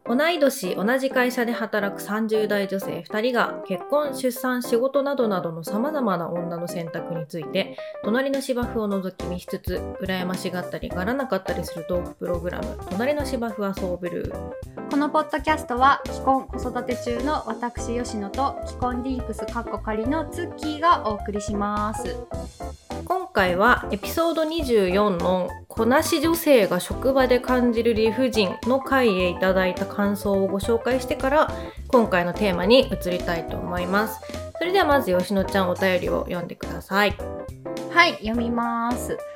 同い年同じ会社で働く30代女性2人が結婚、出産、仕事などなどのさまざまな女の選択について隣の芝生を覗き見しつつ羨ましがったりがらなかったりするトークプログラム、隣の芝生はそうブルー。 このポッドキャストは既婚子育て中の私吉野と既婚リンクス仮のツッキーがお送りします。 今回はエピソード24のこなし女性が職場で感じる理不尽の回へいただいた感想をご紹介してから今回のテーマに移りたいと思います。それではまず吉野ちゃんお便りを読んでください。 はい、読みます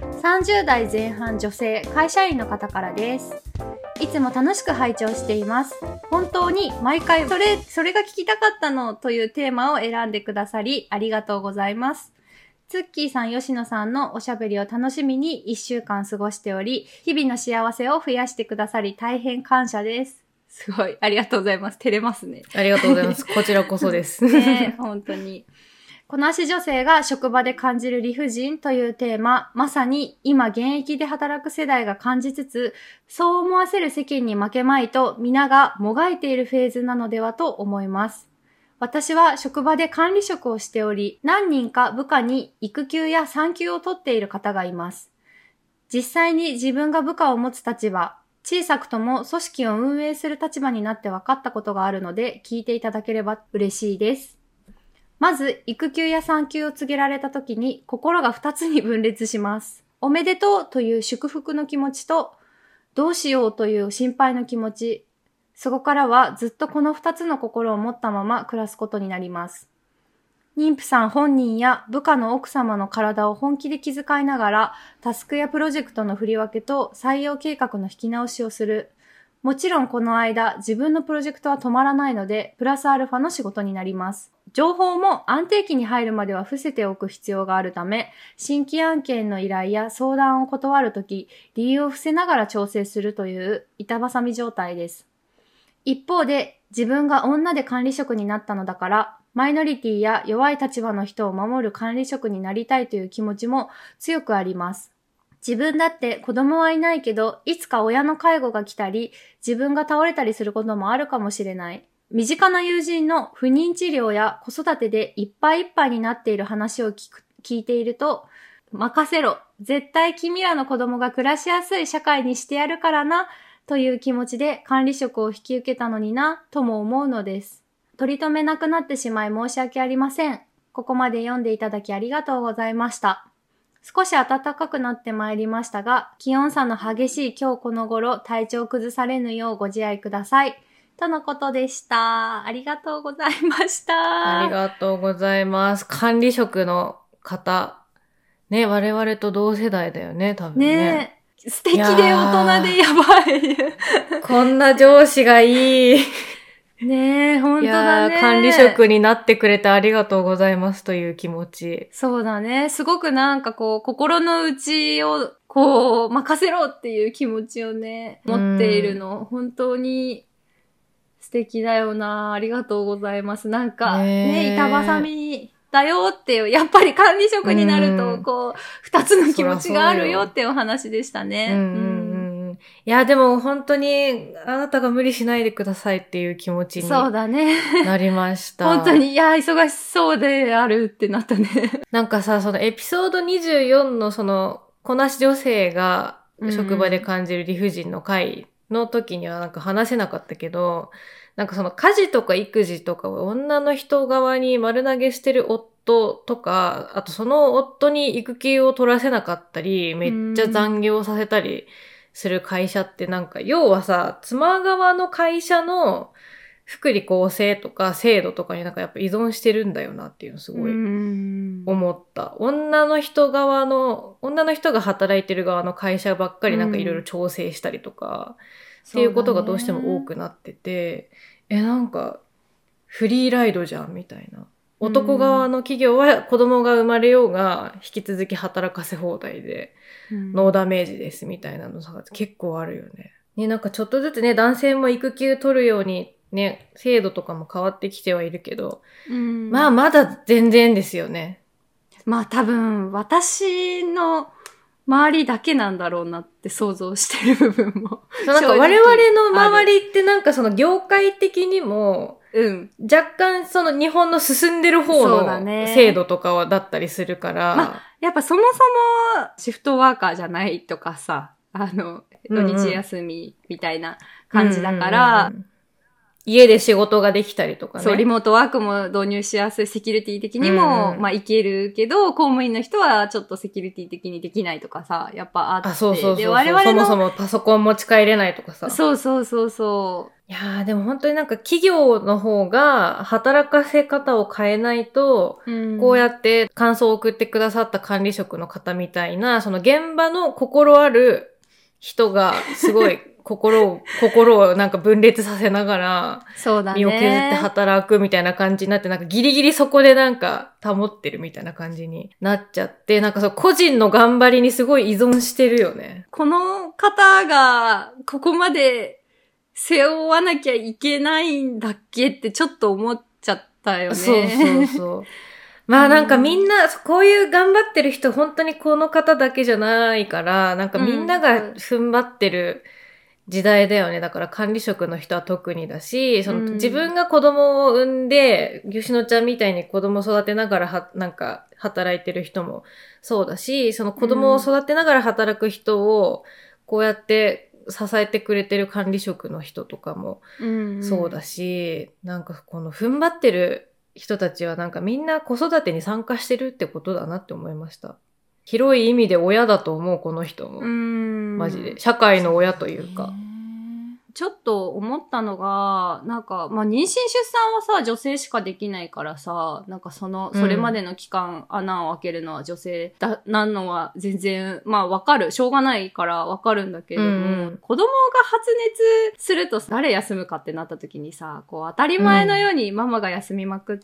。30代前半女性会社員の方からです。いつも楽しく拝聴しています。本当に毎回それが聞きたかったのというテーマを選んでくださりありがとうございます。ツッキーさん、吉野さんのおしゃべりを楽しみに1週間過ごしており、日々の幸せを増やしてくださり大変感謝です。すごい、ありがとうございます。照れますね。 ありがとうございます。こちらこそです。 ね、本当に。こなし女性が職場で感じる理不尽というテーマ、まさに今現役で働く世代が感じつつ、そう思わせる世間に負けまいと皆がもがいているフェーズなのではと思います。私は職場で管理職をしており、何人か部下に育休や産休を取っている方がいます。実際に自分が部下を持つ立場、小さくとも組織を運営する立場になって分かったことがあるので、聞いていただければ嬉しいです。まず、育休や産休を告げられた時に心が2つに分裂します。おめでとうという祝福の気持ちと、どうしようという心配の気持ち。そこからはずっとこの2つの心を持ったまま暮らすことになります。妊婦さん本人や部下の奥様の体を本気で気遣いながら、タスクやプロジェクトの振り分けと採用計画の引き直しをする。もちろんこの間、自分のプロジェクトは止まらないので、プラスアルファの仕事になります。情報も安定期に入るまでは伏せておく必要があるため、新規案件の依頼や相談を断るとき、理由を伏せながら調整するという板挟み状態です。一方で、自分が女で管理職になったのだから、マイノリティや弱い立場の人を守る管理職になりたいという気持ちも強くあります。自分だって子供はいないけど、いつか親の介護が来たり、自分が倒れたりすることもあるかもしれない。身近な友人の不妊治療や子育てでいっぱいいっぱいになっている話を聞いていると、任せろ。絶対君らの子供が暮らしやすい社会にしてやるからな。という気持ちで管理職を引き受けたのにな、とも思うのです。取り留めなくなってしまい申し訳ありません。ここまで読んでいただきありがとうございました。少し暖かくなってまいりましたが、気温差の激しい今日この頃、体調崩されぬようご自愛ください。とのことでした。ありがとうございました。 ありがとうございます。管理職の方。ね、我々と同世代だよね、多分ね。 ねえ。素敵で大人でやばい。 こんな上司がいい。 ねえ、本当だね。 管理職になってくれてありがとうございますという気持ち。 そうだね。すごくなんかこう、心の内をこう、任せろっていう気持ちをね、持っているの。本当に素敵だよな。ありがとうございます。なんか、ね、板挟みだよっていう、やっぱり管理職になると、こう、二つの気持ちがあるよっていうお話でしたね。 いや、でも本当に、あなたが無理しないでくださいっていう気持ちにそうだね。 なりました。 本当に、いや、忙しそうであるってなったね。 なんかさ、そのエピソード24のその、こなし女性が職場で感じる理不尽の回の時にはなんか話せなかったけど、なんかその家事とか育児とかを女の人側に丸投げしてる夫とか、あとその夫に育休を取らせなかったり、めっちゃ残業させたりする会社ってなんか、要はさ、妻側の会社の福利厚生とか制度とかになんかやっぱ依存してるんだよなっていうのすごい思った。女の人が働いてる側の会社ばっかりなんかいろいろ調整したりとか、っていうことがどうしても多くなってて、なんかフリーライドじゃんみたいな。男側の企業は子供が生まれようが引き続き働かせ放題で、ノーダメージですみたいなのさ、結構あるよね。ね、なんかちょっとずつね、男性も育休取るようにね、制度とかも変わってきてはいるけど、まだ全然ですよね。 多分、私の周りだけなんだろうなって想像してる部分も。 そうなんか我々の周りってなんかその業界的にも、若干その日本の進んでる方の制度とかはだったりするから。 やっぱそもそもシフトワーカーじゃないとかさ、土日休みみたいな感じだから、 家で仕事ができたりとかね。 そう、リモートワークも導入しやすい、セキュリティ的にも、いけるけど、公務員の人はちょっとセキュリティ的にできないとかさ、やっぱあって。 そう。で、我々のそもそもパソコン持ち帰れないとかさ。 そう。 いやー、でも本当になんか企業の方が働かせ方を変えないと、こうやって感想を送ってくださった管理職の方みたいな、その現場の心ある人がすごい心をなんか分裂させながら、 そうだね。 身を削って働くみたいな感じになって、なんかギリギリそこでなんか保ってるみたいな感じになっちゃって、なんかそう個人の頑張りにすごい依存してるよね。 この方がここまで背負わなきゃいけないんだっけってちょっと思っちゃったよね。 そう。まあなんかみんな、こういう頑張ってる人本当にこの方だけじゃないから、なんかみんなが踏ん張ってる時代だよね。だから管理職の人は特にだし、その自分が子供を産んで、吉野ちゃんみたいに子供を育てながらなんか働いてる人もそうだし、その子供を育てながら働く人をこうやって支えてくれてる管理職の人とかもそうだし、なんかこの踏ん張ってる人たちはなんかみんな子育てに参加してるってことだなって思いました。広い意味で親だと思う、この人も。マジで。社会の親というか。 ちょっと思ったのが、なんか、妊娠出産はさ、女性しかできないからさ、なんかそれまでの期間、穴を開けるのは女性なんのは全然、わかる。しょうがないからわかるんだけれども、子供が発熱すると誰休むかってなった時にさ、こう当たり前のようにママが休みまくって、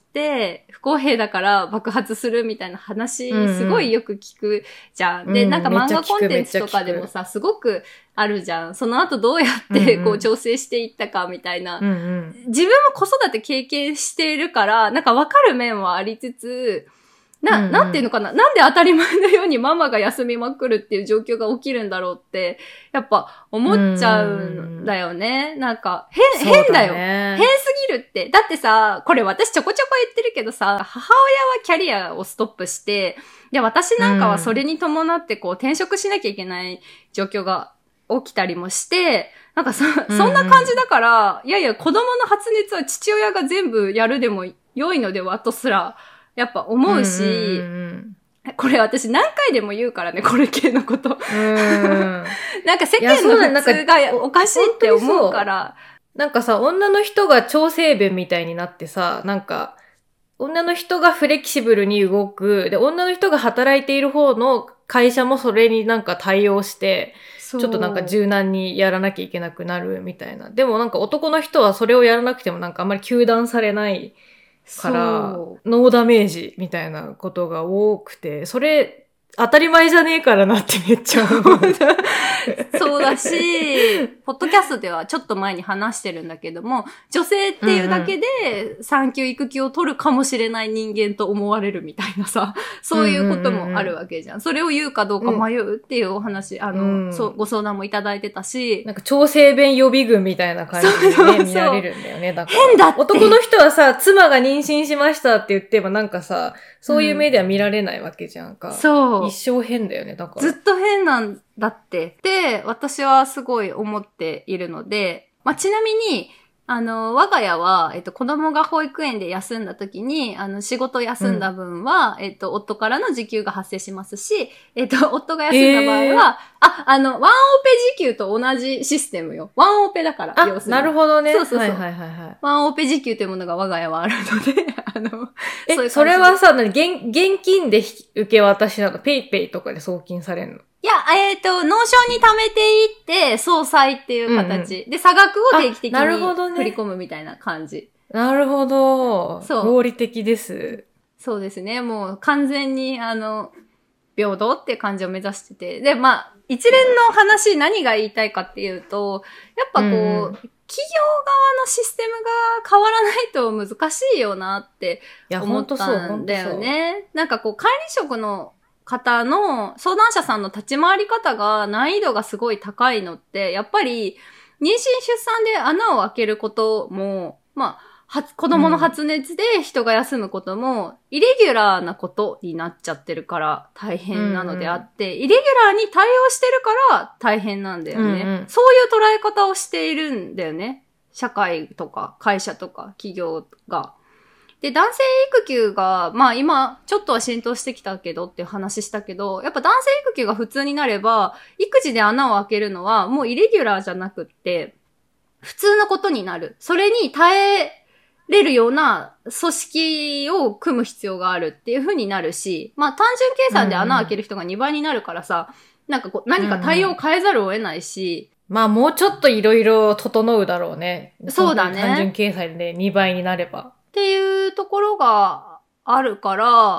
不公平だから爆発するみたいな話、すごいよく聞くじゃん。で、なんか漫画コンテンツとかでもさ、すごくあるじゃん。その後どうやってこう調整していったかみたいな。自分も子育て経験しているから、なんかわかる面はありつつ、なんていうのかな。なんで当たり前のようにママが休みまくるっていう状況が起きるんだろうって、やっぱ思っちゃうんだよね。なんか、変だよ。変すぎるって。だってさ、これ私ちょこちょこ言ってるけどさ、母親はキャリアをストップして、で、私なんかはそれに伴ってこう転職しなきゃいけない状況が起きたりもして、なんかそんな感じだから、いやいや子供の発熱は父親が全部やるでも良いのではとすら、やっぱ思うし、これ私何回でも言うからね、これ系のこと。なんか世間の普通がおかしいって思うから。 なんかさ、女の人が調整弁みたいになってさ、なんか、女の人がフレキシブルに動く。で、女の人が働いている方の会社もそれになんか対応して、ちょっとなんか柔軟にやらなきゃいけなくなるみたいな。でもなんか男の人はそれをやらなくてもなんかあんまり糾弾されないから、ノーダメージみたいなことが多くて、それ当たり前じゃねえからなってめっちゃ思う。 そうだし、ポッドキャストではちょっと前に話してるんだけども、女性っていうだけで産休育休を取るかもしれない人間と思われるみたいなさ、そういうこともあるわけじゃん。それを言うかどうか迷うっていうお話、ご相談もいただいてたし。 なんか調整弁予備軍みたいな感じでね、見られるんだよね。だから変だって。 男の人はさ、妻が妊娠しましたって言ってもなんかさ、そういう目では見られないわけじゃんか。 そう。 一生変だよね、だから。 ずっと変なんだって。で、私はすごい思っているので、ちなみに、我が家は、子供が保育園で休んだ時に、仕事休んだ分は、夫からの時給が発生しますし、夫が休んだ場合は、ワンオペ時給と同じシステムよ。ワンオペだから、 要するに。なるほどね。 そう。 はい。 ワンオペ時給というものが我が家はあるので、 それはさ、現金で受け渡しなの？ペイペイとかで送金されるの？ いや、農商に貯めていって、総裁っていう形。で、差額を定期的に振り込むみたいな感じ。 なるほど。 そう。 合理的です。 そうですね。もう完全に、平等って感じを目指してて。で、一連の話何が言いたいかっていうと、やっぱこう、企業側のシステムが変わらないと難しいよなって思ったんだよね。なんかこう、管理職の方の相談者さんの立ち回り方が難易度がすごい高いのって、やっぱり妊娠出産で穴を開けることも、まあ、子供の発熱で人が休むことも、イレギュラーなことになっちゃってるから大変なのであって、イレギュラーに対応してるから大変なんだよね。そういう捉え方をしているんだよね。社会とか会社とか企業が。で、男性育休が、まあ今、ちょっとは浸透してきたけどっていう話したけど、やっぱ男性育休が普通になれば、育児で穴を開けるのはもうイレギュラーじゃなくって、普通のことになる。それに耐えれるような組織を組む必要があるっていう風になるし、まあ単純計算で穴を開ける人が2倍になるからさ、なんかこう、何か対応を変えざるを得ないし、 まあもうちょっといろいろ整うだろうね。 そうだね。 単純計算で2倍になれば。 っていうところがあるから、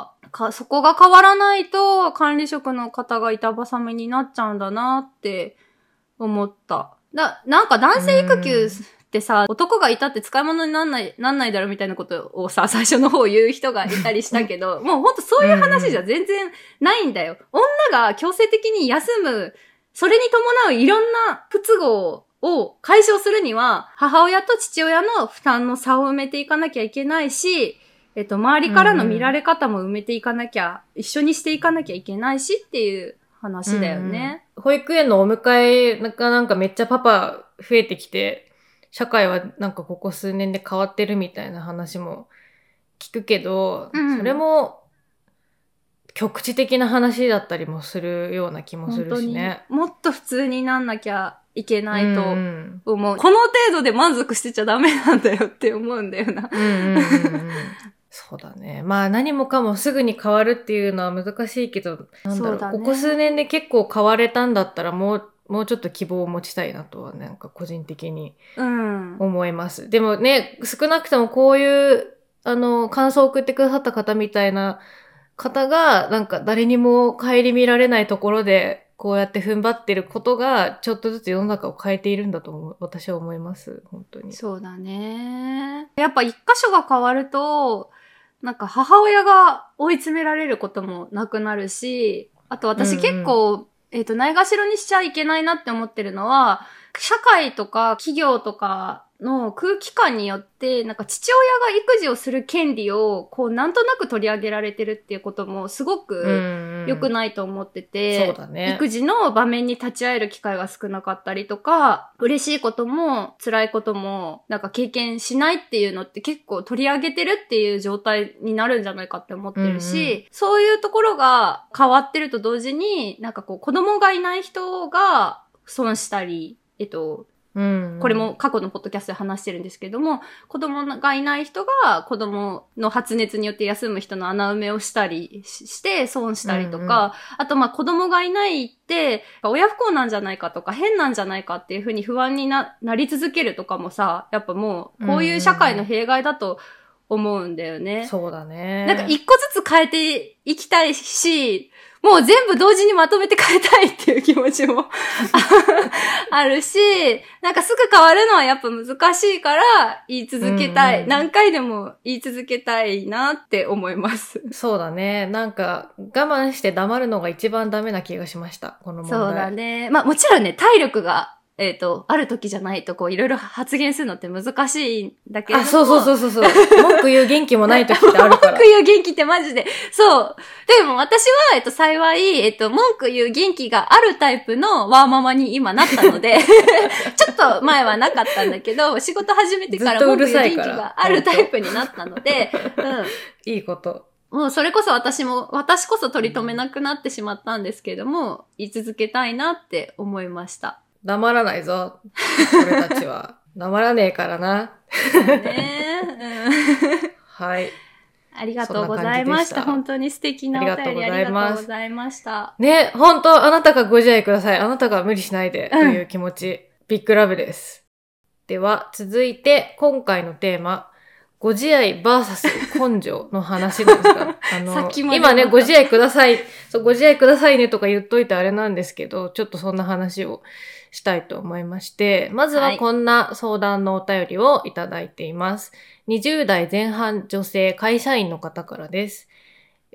そこが変わらないと管理職の方が板挟みになっちゃうんだなって思った。なんか男性育休ってさ、男がいたって使い物になんないだろみたいなことをさ、最初の方言う人がいたりしたけど、もうほんとそういう話じゃ全然ないんだよ。女が強制的に休む、それに伴ういろんな不都合を解消するには、母親と父親の負担の差を埋めていかなきゃいけないし、周りからの見られ方も埋めていかなきゃ、一緒にしていかなきゃいけないしっていう話だよね。 保育園のお迎えなんかめっちゃパパ増えてきて、社会はなんかここ数年で変わってるみたいな話も聞くけど、それも局地的な話だったりもするような気もするしね。 本当にもっと普通になんなきゃいけないと思う。この程度で満足してちゃダメなんだよって思うんだよな。 そうだね。まあ何もかもすぐに変わるっていうのは難しいけど、なんだろう、ここ数年で結構変われたんだったらもうちょっと希望を持ちたいなとはなんか個人的に思います。でもね、少なくともこういう感想を送ってくださった方みたいな方がなんか誰にも顧みられないところでこうやって踏ん張ってることがちょっとずつ世の中を変えているんだと私は思います。本当に。 そうだね。やっぱ一箇所が変わると、なんか母親が追い詰められることもなくなるし、あと私結構、ないがしろにしちゃいけないなって思ってるのは、社会とか企業とかの空気感によって、なんか父親が育児をする権利を、こうなんとなく取り上げられてるっていうこともすごく良くないと思ってて、 そうだね。 育児の場面に立ち会える機会が少なかったりとか、嬉しいことも辛いこともなんか経験しないっていうのって結構取り上げてるっていう状態になるんじゃないかって思ってるし、そういうところが変わってると同時に、なんかこう子供がいない人が損したり、これも過去のポッドキャストで話してるんですけども、子供がいない人が子供の発熱によって休む人の穴埋めをしたりして損したりとか、あと子供がいないって親不孝なんじゃないかとか変なんじゃないかっていうふうに不安になり続けるとかもさ、やっぱもうこういう社会の弊害だと思うんだよね。 そうだね。 なんか一個ずつ変えていきたいし、もう全部同時にまとめて変えたいっていう気持ちもあるし、なんかすぐ変わるのはやっぱ難しいから言い続けたい。何回でも言い続けたいなって思います。 そうだね。なんか我慢して黙るのが一番ダメな気がしました。この問題。 そうだね。もちろんね、体力がある時じゃないとこういろいろ発言するのって難しいんだけども。 そう。文句言う元気もない時ってあるから。 文句言う元気ってマジで。そう。でも私は、幸い、文句言う元気があるタイプのワーママに今なったので、ちょっと前はなかったんだけど、仕事始めてから文句言う元気があるタイプになったので、 いいこと。 もうそれこそ私こそ取り留めなくなってしまったんですけども、言い続けたいなって思いました。 黙らないぞ。俺たちは。黙らねえからな。はい。 ありがとうございました。本当に素敵なお便りありがとうございました。 ね、本当あなたがご自愛ください。あなたが無理しないでという気持ち。ビッグラブです。では、続いて今回のテーマ。ご自愛 VS 根性の話なんですが、今ね、ご自愛ください。そう、ご自愛くださいねとか言っといてあれなんですけど、ちょっとそんな話をしたいと思いまして、まずはこんな相談のお便りをいただいています。20代前半女性会社員の方からです。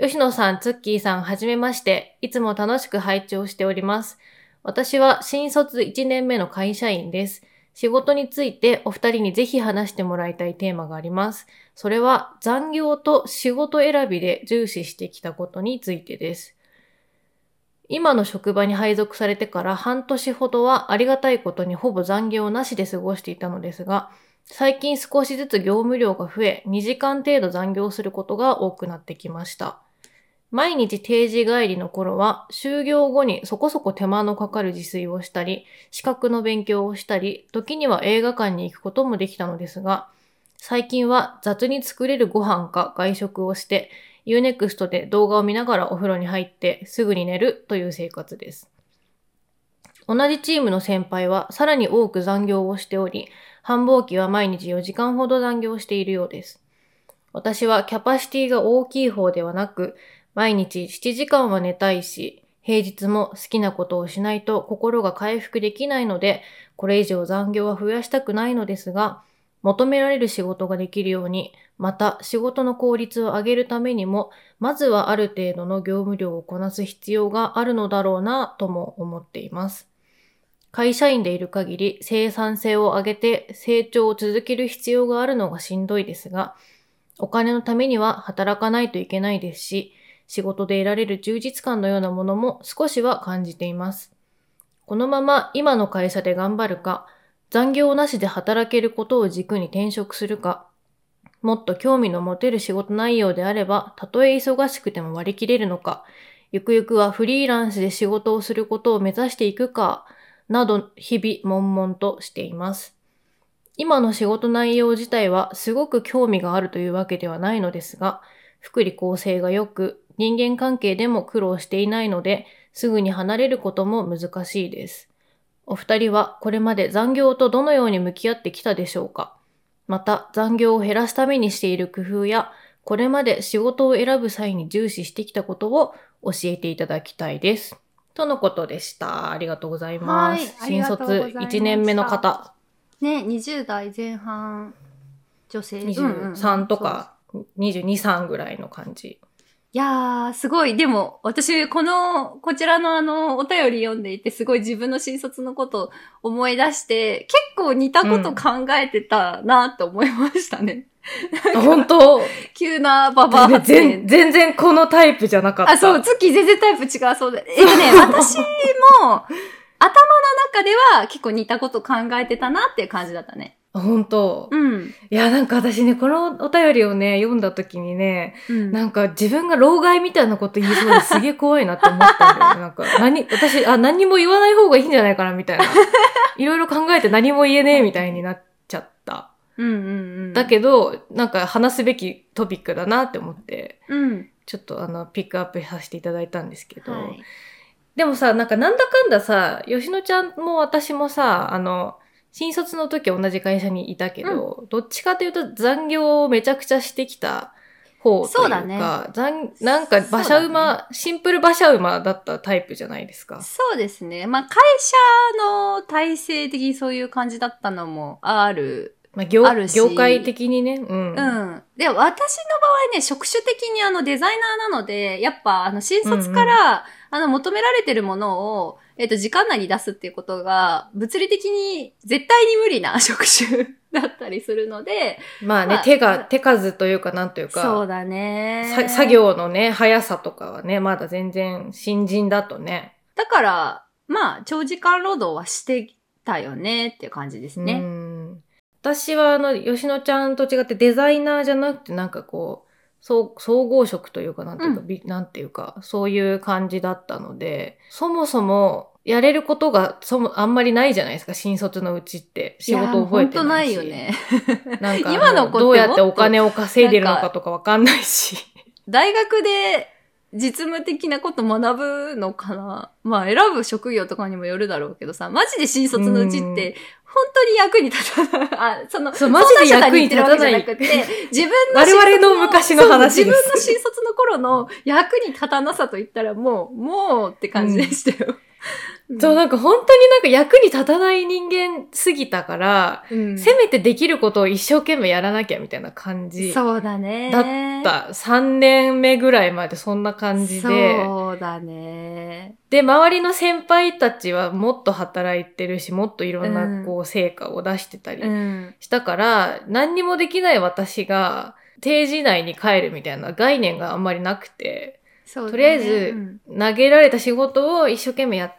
吉野さん、ツッキーさん、はじめまして。いつも楽しく拝聴しております。私は新卒1年目の会社員です。仕事についてお二人にぜひ話してもらいたいテーマがあります。それは残業と仕事選びで重視してきたことについてです。今の職場に配属されてから半年ほどはありがたいことにほぼ残業なしで過ごしていたのですが、最近少しずつ業務量が増え、2時間程度残業することが多くなってきました。毎日定時帰りの頃は、就業後にそこそこ手間のかかる自炊をしたり、資格の勉強をしたり、時には映画館に行くこともできたのですが、最近は雑に作れるご飯か外食をして、Unext で動画を見ながらお風呂に入ってすぐに寝るという生活です。同じチームの先輩はさらに多く残業をしており、繁忙期は毎日4時間ほど残業しているようです。私はキャパシティが大きい方ではなく、毎日7時間は寝たいし、平日も好きなことをしないと心が回復できないので、これ以上残業は増やしたくないのですが、求められる仕事ができるように、また仕事の効率を上げるためにも、まずはある程度の業務量をこなす必要があるのだろうなとも思っています。会社員でいる限り生産性を上げて成長を続ける必要があるのがしんどいですが、お金のためには働かないといけないですし、仕事で得られる充実感のようなものも少しは感じています。このまま今の会社で頑張るか、残業なしで働けることを軸に転職するか、もっと興味の持てる仕事内容であれば、たとえ忙しくても割り切れるのか、ゆくゆくはフリーランスで仕事をすることを目指していくか、など日々悶々としています。今の仕事内容自体はすごく興味があるというわけではないのですが、福利厚生が良く、人間関係でも苦労していないので、すぐに離れることも難しいです。お二人はこれまで残業とどのように向き合ってきたでしょうか？また残業を減らすためにしている工夫や、これまで仕事を選ぶ際に重視してきたことを教えていただきたいです。とのことでした。ありがとうございます。 はい、 新卒1年目の方。 ね、20代前半女性。 23とか22、3ぐらいの感じ。 いやー、すごい。でも、私、こちらのお便り読んでいて、すごい自分の新卒のことを思い出して、結構似たこと考えてたなって思いましたね。 本当急なババア発言。 全然このタイプじゃなかった。 あ、そう、月全然タイプ違うそうで。私も、頭の中では結構似たこと考えてたなっていう感じだったね。 本当。 うん。 いや、なんか私ね、このお便りをね、読んだ時にね、なんか自分が老害みたいなこと言いそうですげえ怖いなって思ったんだよね。なんか、私、何も言わない方がいいんじゃないかなみたいな。いろいろ考えて何も言えねえみたいになっちゃった。だけど、なんか話すべきトピックだなって思って、ちょっとピックアップさせていただいたんですけど、でもさ、なんだかんださ、吉野ちゃんも私もさ、新卒の時同じ会社にいたけど、どっちかというと残業をめちゃくちゃしてきた方というか、 そうだね、 なんか馬車馬、シンプル馬車馬だったタイプじゃないですか。 そうですね。まあ、会社の体制的にそういう感じだったのもある。 まあ、業界的にね。 で、私の場合ね、職種的にデザイナーなので、やっぱ新卒から、求められてるものを、時間内に出すっていうことが、物理的に絶対に無理な職種だったりするので。 まあね、手数というかなんというか。 そうだね。 作業のね、速さとかはね、まだ全然新人だとね。 だから、まあ、長時間労働はしてたよねっていう感じですね。 私は吉野ちゃんと違ってデザイナーじゃなくてなんかこう、総合職というかなんていうか、そういう感じだったので、そもそもやれることがあんまりないじゃないですか、新卒のうちって。仕事覚えてないし。 いや、ほんとないよね。 なんか今の子ってどうやってお金を稼いでるのかとかわかんないし。 大学で実務的なこと学ぶのかな。まあ選ぶ職業とかにもよるだろうけどさ、マジで新卒のうちって、本当に役に立たない。 そう、マジで役に立たない。 自分の我々の昔の話です。 自分の新卒の頃の役に立たなさと言ったらもうって感じでしたよ。 そう、なんか本当になんか役に立たない人間すぎたから、せめてできることを一生懸命やらなきゃみたいな感じ。 そうだね。 だった。3年目ぐらいまでそんな感じで。 そうだね。 で、周りの先輩たちはもっと働いてるし、もっといろんなこう成果を出してたりしたから、何にもできない私が定時内に帰るみたいな概念があんまりなくて、 そうだね、 とりあえず投げられた仕事を一生懸命やって、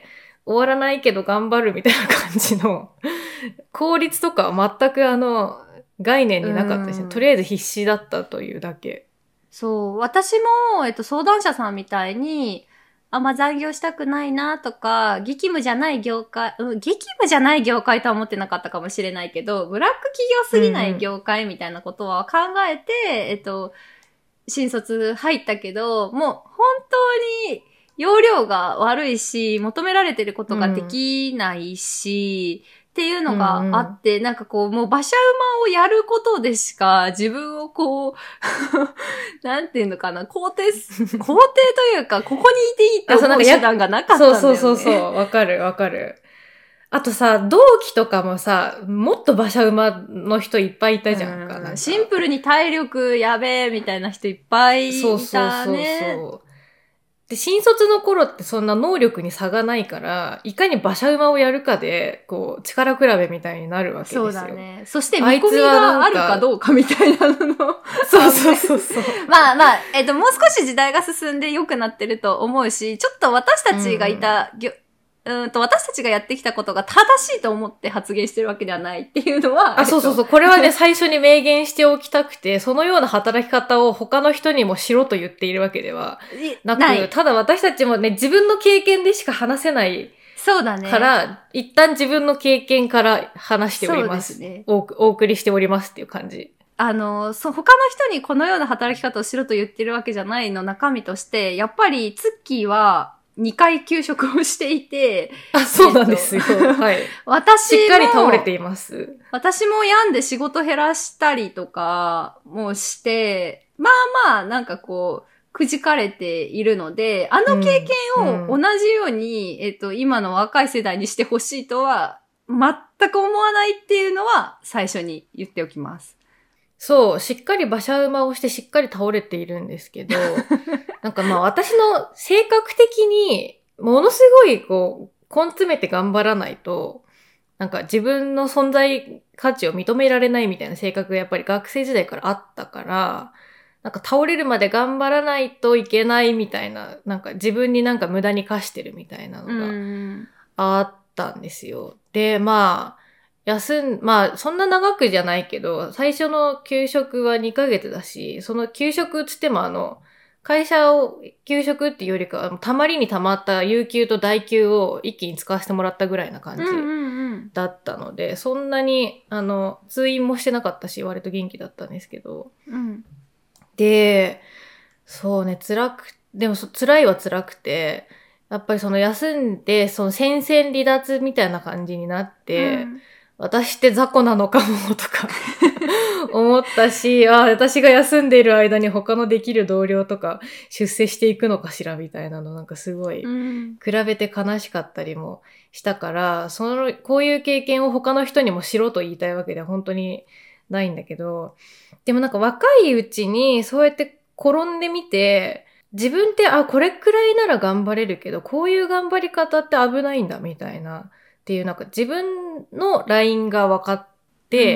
終わらないけど頑張るみたいな感じの効率とかは全く概念になかったですね。とりあえず必死だったというだけ。 そう。私も、相談者さんみたいに、あんま残業したくないなとか、激務じゃない業界、激務じゃない業界とは思ってなかったかもしれないけど、ブラック企業すぎない業界みたいなことは考えて、新卒入ったけど、もう本当に容量が悪いし、求められてることができないし、っていうのがあって、なんかこう、もう馬車馬をやることでしか自分をこう、なんていうのかな、肯定というか、ここにいていいって思う手段がなかったんだよね。 そう、わかる。あとさ、同期とかもさ、もっと馬車馬の人いっぱいいたじゃんか。なんかシンプルに体力やべえみたいな人いっぱいいたね。 そう。で、新卒の頃ってそんな能力に差がないから、いかに馬車馬をやるかで、こう、力比べみたいになるわけですよ。 そうだね。そして見込みがあるかどうかみたいなの。 そう。 まあ、もう少し時代が進んで良くなってると思うし、ちょっと私たちがいた、私たちがやってきたことが正しいと思って発言してるわけではないっていうのは。 そう。これはね、最初に明言しておきたくて、そのような働き方を他の人にもしろと言っているわけではなく、ただ私たちもね、自分の経験でしか話せない。 そうだね。 から、一旦自分の経験から話しております。そうですね。お送りしておりますっていう感じ。 他の人にこのような働き方をしろと言ってるわけじゃないの中身として、やっぱりツッキーは、2回休職をしていて。 そうなんですよ。はい。しっかり倒れています。 私も病んで仕事減らしたりとかもして、まあなんかこう、くじかれているので、経験を同じように、今の若い世代にしてほしいとは、全く思わないっていうのは最初に言っておきます。 そう、しっかり馬車馬をしてしっかり倒れているんですけど、なんか私の性格的にものすごいこう、根詰めて頑張らないと、なんか自分の存在価値を認められないみたいな性格がやっぱり学生時代からあったから、なんか倒れるまで頑張らないといけないみたいな、なんか自分になんか無駄に課してるみたいなのがあったんですよ。で、そんな長くじゃないけど、最初の休職は2ヶ月だし、その休職つっても会社を休職っていうよりかは、たまりにたまった有給と代給を一気に使わせてもらったぐらいな感じだったので、そんなに、通院もしてなかったし、割と元気だったんですけど。で、そうね、でも辛いは辛くて、やっぱり休んで、戦線離脱みたいな感じになって、私って雑魚なのかもとか思ったし、私が休んでいる間に他のできる同僚とか出世していくのかしらみたいなのなんかすごい比べて悲しかったりもしたから、こういう経験を他の人にもしろと言いたいわけでは本当にないんだけど、でもなんか若いうちにそうやって転んでみて、自分ってこれくらいなら頑張れるけど、こういう頑張り方って危ないんだみたいな。っていうなんか自分のラインが分かって、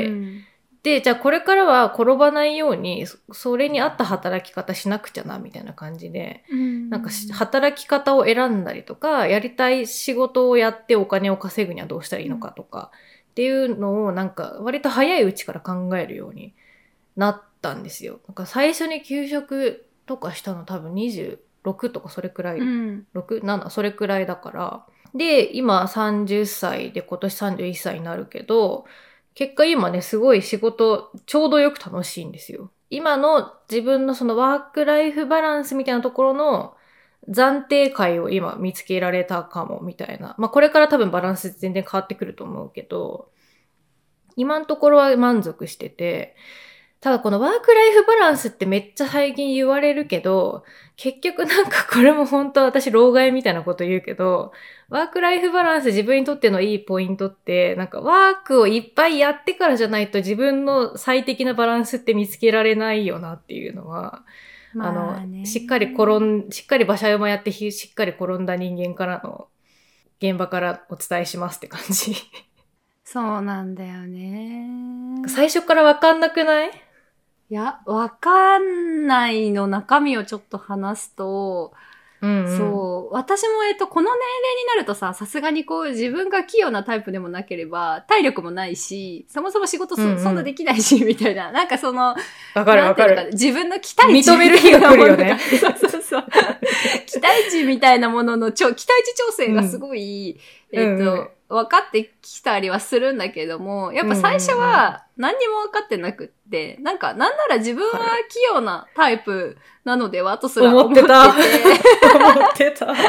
で、じゃあこれからは転ばないように、それに合った働き方しなくちゃな、みたいな感じで、なんか働き方を選んだりとか、やりたい仕事をやってお金を稼ぐにはどうしたらいいのかとか、っていうのをなんか割と早いうちから考えるようになったんですよ。なんか最初に休職とかしたの多分26とかそれくらい、6、7、それくらいだから、で、今30歳で今年31歳になるけど、結果今ね、すごい仕事ちょうどよく楽しいんですよ。今の自分のワークライフバランスみたいなところの暫定解を今見つけられたかもみたいな。これから多分バランス全然変わってくると思うけど、今のところは満足してて、 ただこのワークライフバランスってめっちゃ最近言われるけど、結局なんかこれも本当私老害みたいなこと言うけど、ワークライフバランス自分にとってのいいポイントって、なんかワークをいっぱいやってからじゃないと自分の最適なバランスって見つけられないよなっていうのは、しっかり馬車馬やってしっかり転んだ人間からの現場からお伝えしますって感じ。 そうなんだよね。 最初からわかんなくない？ いや、わかんないの中身をちょっと話すと、そう。私もこの年齢になるとさ、さすがにこう自分が器用なタイプでもなければ、体力もないし、そもそも仕事そんなできないし、みたいな。なんかわかるわかる。 自分の期待値。 認める日が来るよね。 そう。期待値みたいなものの期待値調整がすごい、分かってきたりはするんだけども、やっぱ最初は何にも分かってなくって、なんなら自分は器用なタイプなのではとすら思ってて。思って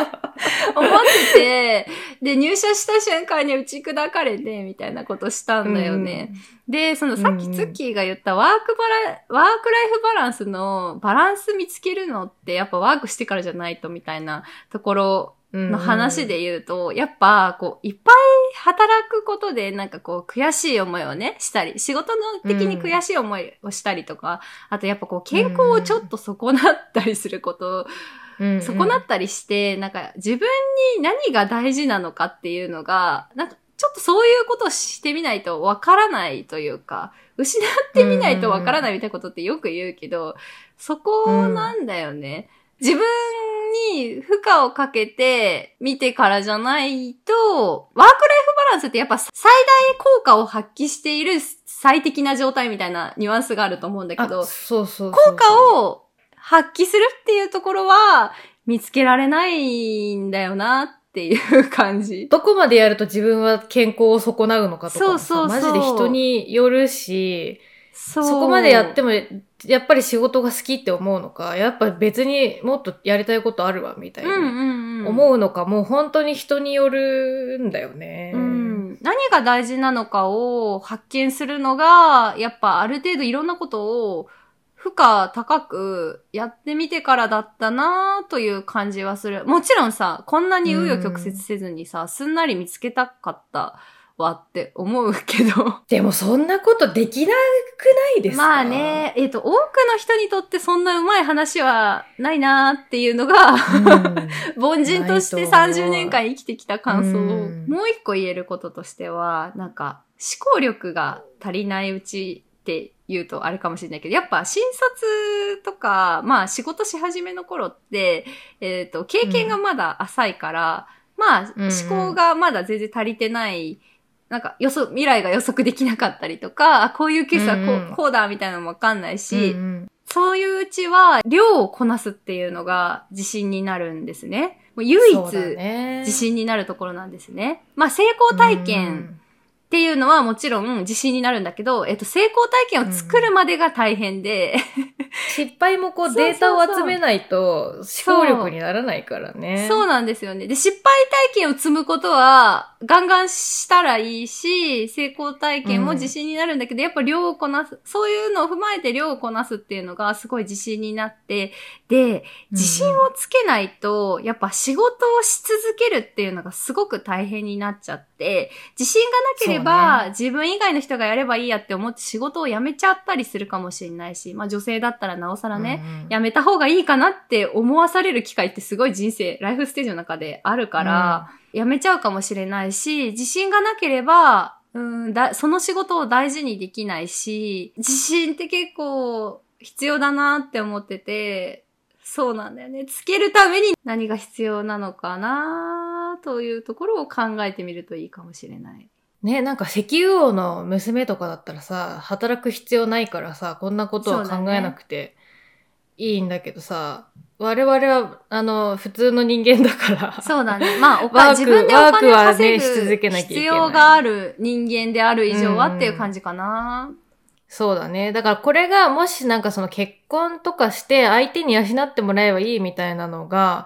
て、で、入社した瞬間に打ち砕かれて、みたいなことしたんだよね。で、さっきツッキーが言ったワークライフバランスのバランス見つけるのってやっぱワークしてからじゃないとみたいなところの話で言うと、やっぱいっぱい働くことで悔しい思いをね、したり、仕事の的に悔しい思いをしたりとか、あとやっぱ健康をちょっと損なったりすること、損なったりして、自分に何が大事なのかっていうのが、ちょっとそういうことをしてみないとわからないというか、失ってみないとわからないみたいなことってよく言うけど、そこなんだよね。自分に負荷をかけて見てからじゃないと、ワークライフバランスってやっぱ最大効果を発揮している最適な状態みたいなニュアンスがあると思うんだけど、効果を発揮するっていうところは見つけられないんだよなっていう感じ。 どこまでやると自分は健康を損なうのかとかさ、マジで人によるし、そこまでやってもやっぱり仕事が好きって思うのか、やっぱ別にもっとやりたいことあるわみたいに思うのか、もう本当に人によるんだよね。 何が大事なのかを発見するのが、やっぱある程度いろんなことを負荷高くやってみてからだったなという感じはする。もちろんさ、こんなに紆余曲折せずにさ、すんなり見つけたかったわって思うけど。 でもそんなことできなくないですか？ まあね、多くの人にとってそんな上手い話はないなっていうのが、凡人として30年間生きてきた感想を、もう一個言えることとしては、思考力が足りないうちって言うとあれかもしれないけど、やっぱ新卒とか、まあ仕事し始めの頃って、経験がまだ浅いから、まあ思考がまだ全然足りてない、未来が予測できなかったりとか、こういうケースはこうだみたいなのもわかんないし、そういううちは量をこなすっていうのが自信になるんですね。もう唯一自信になるところなんですね。まあ成功体験っていうのはもちろん自信になるんだけど、成功体験を作るまでが大変で、 失敗もデータを集めないと思考力にならないからね。 そうなんですよね。で、失敗体験を積むことはガンガンしたらいいし、成功体験も自信になるんだけど、やっぱ量をこなす、そういうのを踏まえて量をこなすっていうのがすごい自信になって、で、自信をつけないと、やっぱ仕事をし続けるっていうのがすごく大変になっちゃって、自信がなければ、自分以外の人がやればいいやって思って仕事を辞めちゃったりするかもしれないし、まあ女性だったらなおさらね、辞めた方がいいかなって思わされる機会ってすごい人生、ライフステージの中であるから、辞めちゃうかもしれないし、自信がなければ、その仕事を大事にできないし、自信って結構必要だなって思ってて、そうなんだよね。つけるために何が必要なのかなというところを考えてみるといいかもしれない。 ね、石油王の娘とかだったらさ、働く必要ないからさ、こんなことは考えなくていいんだけどさ、我々は、普通の人間だから。 そうだね。まあ、自分でお金を稼ぐ必要がある人間である以上はっていう感じかな。 そうだね。だからこれがもし結婚とかして相手に養ってもらえばいいみたいなのが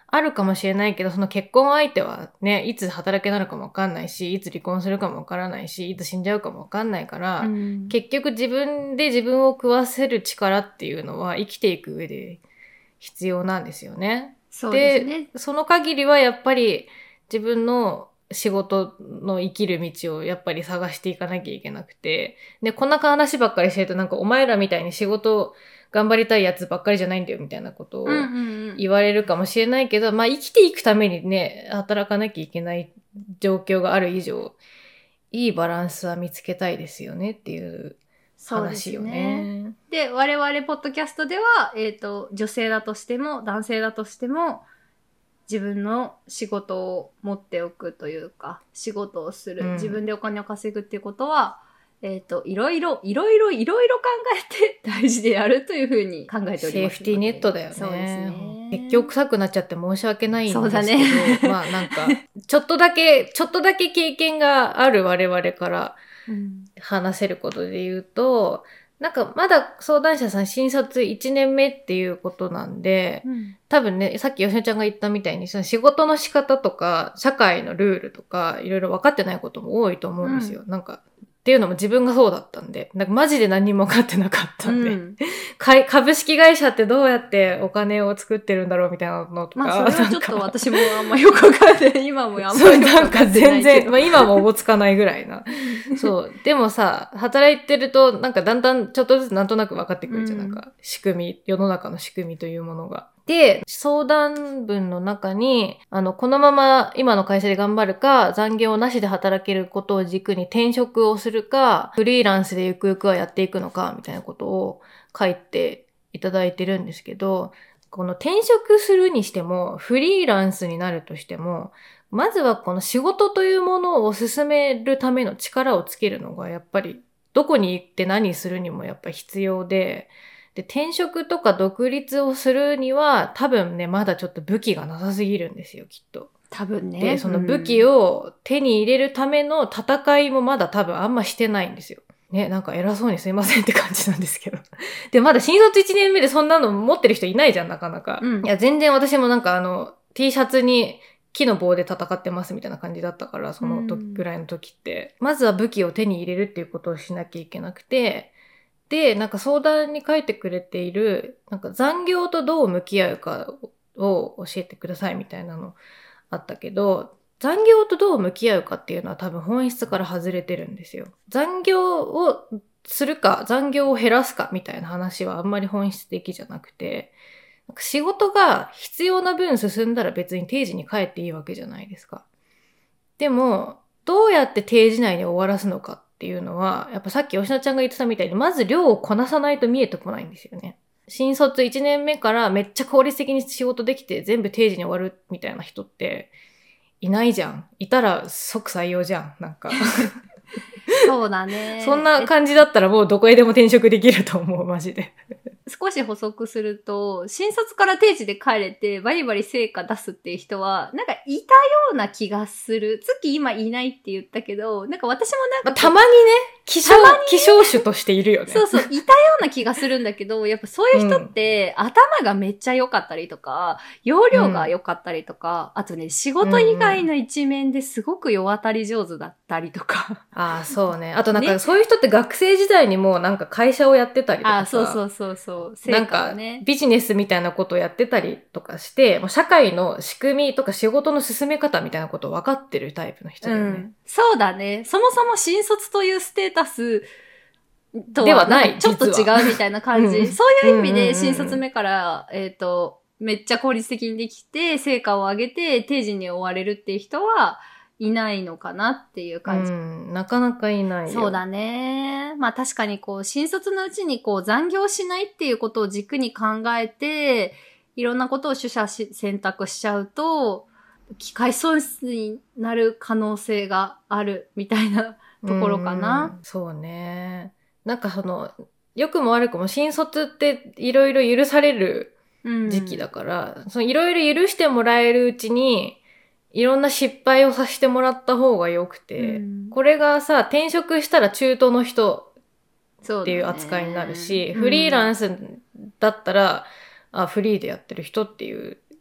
あるかもしれないけど、その結婚相手はね、いつ働けなるかもわかんないし、いつ離婚するかもわからないし、いつ死んじゃうかもわかんないから、結局自分で自分を食わせる力っていうのは生きていく上で必要なんですよね。 そうですね。 で、その限りはやっぱり自分の仕事の生きる道をやっぱり探していかなきゃいけなくて。で、こんな話ばっかりしてるとなんかお前らみたいに仕事頑張りたいやつばっかりじゃないんだよみたいなことを言われるかもしれないけど、まあ生きていくためにね、働かなきゃいけない状況がある以上、いいバランスは見つけたいですよねっていう話よね。 で、我々ポッドキャストでは、女性だとしても男性だとしても、自分の仕事を持っておくというか、仕事をする、自分でお金を稼ぐっていうことは、いろいろ考えて大事でやるというふうに考えております。 セーフティーネットだよね。 そうですね。 結局臭くなっちゃって申し訳ないんですけど、 そうだね、 まあなんか、ちょっとだけ経験がある我々から話せることで言うと、なんかまだ相談者さん新卒1年目っていうことなんで、多分ね、さっき吉野ちゃんが言ったみたいに、その仕事の仕方とか、社会のルールとか、いろいろ分かってないことも多いと思うんですよ。なんか、っていうのも自分がそうだったんで、なんかマジで何にも分かってなかったんで、株式会社ってどうやってお金を作ってるんだろうみたいなのとか。 まあそれはちょっと私もあんまよくわかんない。今もあんまよくわかんない。 なんか全然、まあ今もおぼつかないぐらいな。そう。でもさ、働いてると、なんかだんだんちょっとずつなんとなく分かってくるじゃん。なんか仕組み、世の中の仕組みというものが。で、相談文の中に、このまま今の会社で頑張るか、残業なしで働けることを軸に転職をするか、フリーランスでゆくゆくはやっていくのか、みたいなことを書いていただいてるんですけど、この転職するにしても、フリーランスになるとしても、まずはこの仕事というものを進めるための力をつけるのが、やっぱり、どこに行って何するにもやっぱり必要で、で、転職とか独立をするには、多分ね、まだちょっと武器がなさすぎるんですよ、きっと。 多分ね。 で、その武器を手に入れるための戦いもまだ多分あんましてないんですよ。ね、なんか偉そうにすいませんって感じなんですけど。で、まだ新卒1年目でそんなの持ってる人いないじゃん、なかなか。いや、全然私もなんかT シャツに木の棒で戦ってますみたいな感じだったから、その時ぐらいの時って。まずは武器を手に入れるっていうことをしなきゃいけなくて、で、なんか相談に書いてくれている、なんか残業とどう向き合うかを教えてくださいみたいなのあったけど、残業とどう向き合うかっていうのは多分本質から外れてるんですよ。残業をするか、残業を減らすかみたいな話はあんまり本質的じゃなくて、なんか仕事が必要な分進んだら別に定時に帰っていいわけじゃないですか。でも、どうやって定時内に終わらすのかっていうのは、やっぱさっき吉野ちゃんが言ってたみたいに、まず量をこなさないと見えてこないんですよね。新卒1年目からめっちゃ効率的に仕事できて全部定時に終わるみたいな人っていないじゃん。いたら即採用じゃん。なんか。 そうだね。 そんな感じだったらもうどこへでも転職できると思う、マジで。 少し補足すると、新卒から定時で帰れてバリバリ成果出すっていう人は、なんかいたような気がする。月今いないって言ったけど、なんか私もなんか、 たまにね、希少種としているよね。 そうそう、いたような気がするんだけど、やっぱそういう人って、頭がめっちゃ良かったりとか、容量が良かったりとか、あとね、仕事以外の一面ですごく世渡り上手だったりとか。 ああ、そうね。あとなんか、そういう人って学生時代にもなんか会社をやってたりとかさ。 あ、そう。 なんか、ビジネスみたいなことをやってたりとかして、もう社会の仕組みとか仕事の進め方みたいなことを分かってるタイプの人だよね。 そうだね。そもそも新卒というステータスとはない。ちょっと違うみたいな感じ。そういう意味で新卒目から、めっちゃ効率的にできて、成果を上げて定時に終われるっていう人はいないのかなっていう感じ。 なかなかいないよ。 そうだね。まあ確かに新卒のうちに残業しないっていうことを軸に考えて、いろんなことを取捨選択しちゃうと、機会損失になる可能性があるみたいなところかな。 そうね。なんか良くも悪くも新卒っていろいろ許される時期だから、いろいろ許してもらえるうちに、いろんな失敗をさせてもらった方が良くて、これがさ、転職したら中途の人っていう扱いになるし、フリーランスだったら、フリーでやってる人っていう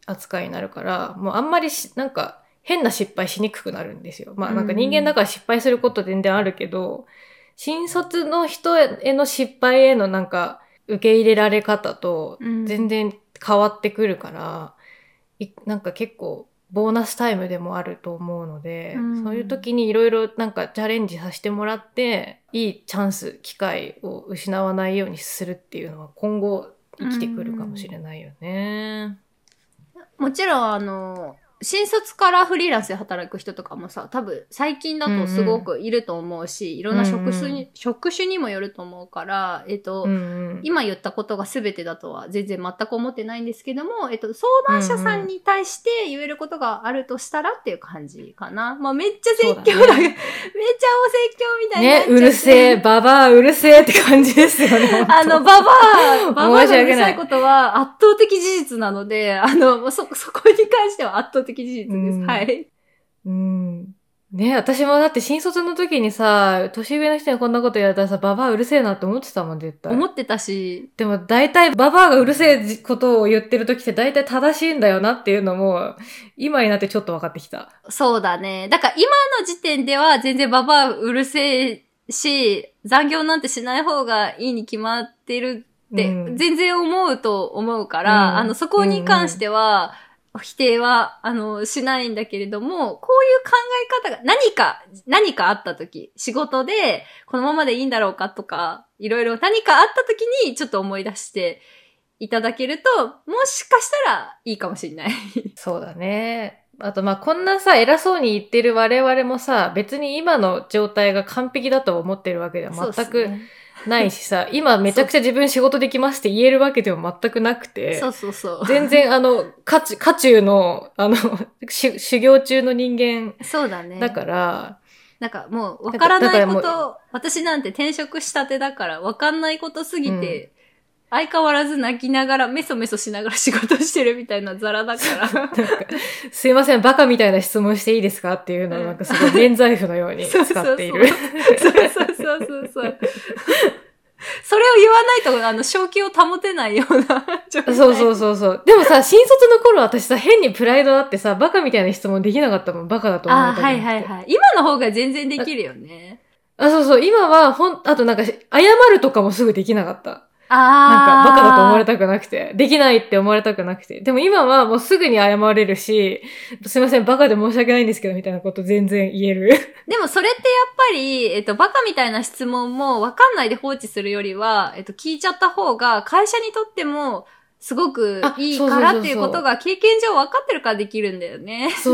扱いになるから、もうあんまりなんか変な失敗しにくくなるんですよ。まあなんか人間だから失敗すること全然あるけど、新卒の人への失敗へのなんか受け入れられ方と全然変わってくるから、なんか結構ボーナスタイムでもあると思うので、そういう時にいろいろなんかチャレンジさせてもらって、いいチャンス、機会を失わないようにするっていうのは今後生きてくるかもしれないよね。 もちろん新卒からフリーランスで働く人とかもさ、多分最近だとすごくいると思うし、いろんな職種にもよると思うから、今言ったことが全てだとは全然全く思ってないんですけども、相談者さんに対して言えることがあるとしたらっていう感じかな。まあめっちゃ説教だけど、めっちゃお説教みたいになっちゃって。 ね、うるせえ、ババアうるせえって感じですよね。 ババアがうるさいことは圧倒的事実なので、そこに関しては圧倒的事実です。はい。 ね、私もだって新卒の時にさ、年上の人にこんなこと言われたらさ、ババアうるせえなって思ってたもん、絶対。 思ってたし。 でも大体ババアがうるせえことを言ってる時って大体正しいんだよなっていうのも、今になってちょっと分かってきた。 そうだね。だから今の時点では全然ババアうるせえし、残業なんてしない方がいいに決まってるって、全然思うと思うから、そこに関しては、否定は、しないんだけれども、こういう考え方が何かあったとき、仕事でこのままでいいんだろうかとか、いろいろ何かあったときにちょっと思い出していただけると、もしかしたらいいかもしれない。 そうだね。あとこんなさ、偉そうに言ってる我々もさ、別に今の状態が完璧だと思ってるわけでは全くないしさ、今めちゃくちゃ自分仕事できますって言えるわけでも全くなくて、全然渦中の、修行中の人間そうだね。 だから、 なんかもう分からないこと、私なんて転職したてだから分かんないことすぎて、相変わらず泣きながら、メソメソしながら仕事してるみたいなザラだから。 すいません、バカみたいな質問していいですかっていうのをなんかすごい免罪符のように使っている。そう。 それを言わないと、正気を保てないような状態。 そう。でもさ、新卒の頃私さ、変にプライドあってさ、バカみたいな質問できなかったもん。バカだと思われた。 はい。今の方が全然できるよね。 そう。今は、あとなんか、謝るとかもすぐできなかった。なんかバカだと思われたくなくて、できないって思われたくなくて。でも今はもうすぐに謝れるし、すいません、バカで申し訳ないんですけど、みたいなこと全然言える。 でもそれってやっぱり、バカみたいな質問もわかんないで放置するよりは、聞いちゃった方が会社にとってもすごくいいからっていうことが経験上分かってるからできるんだよね。 そう。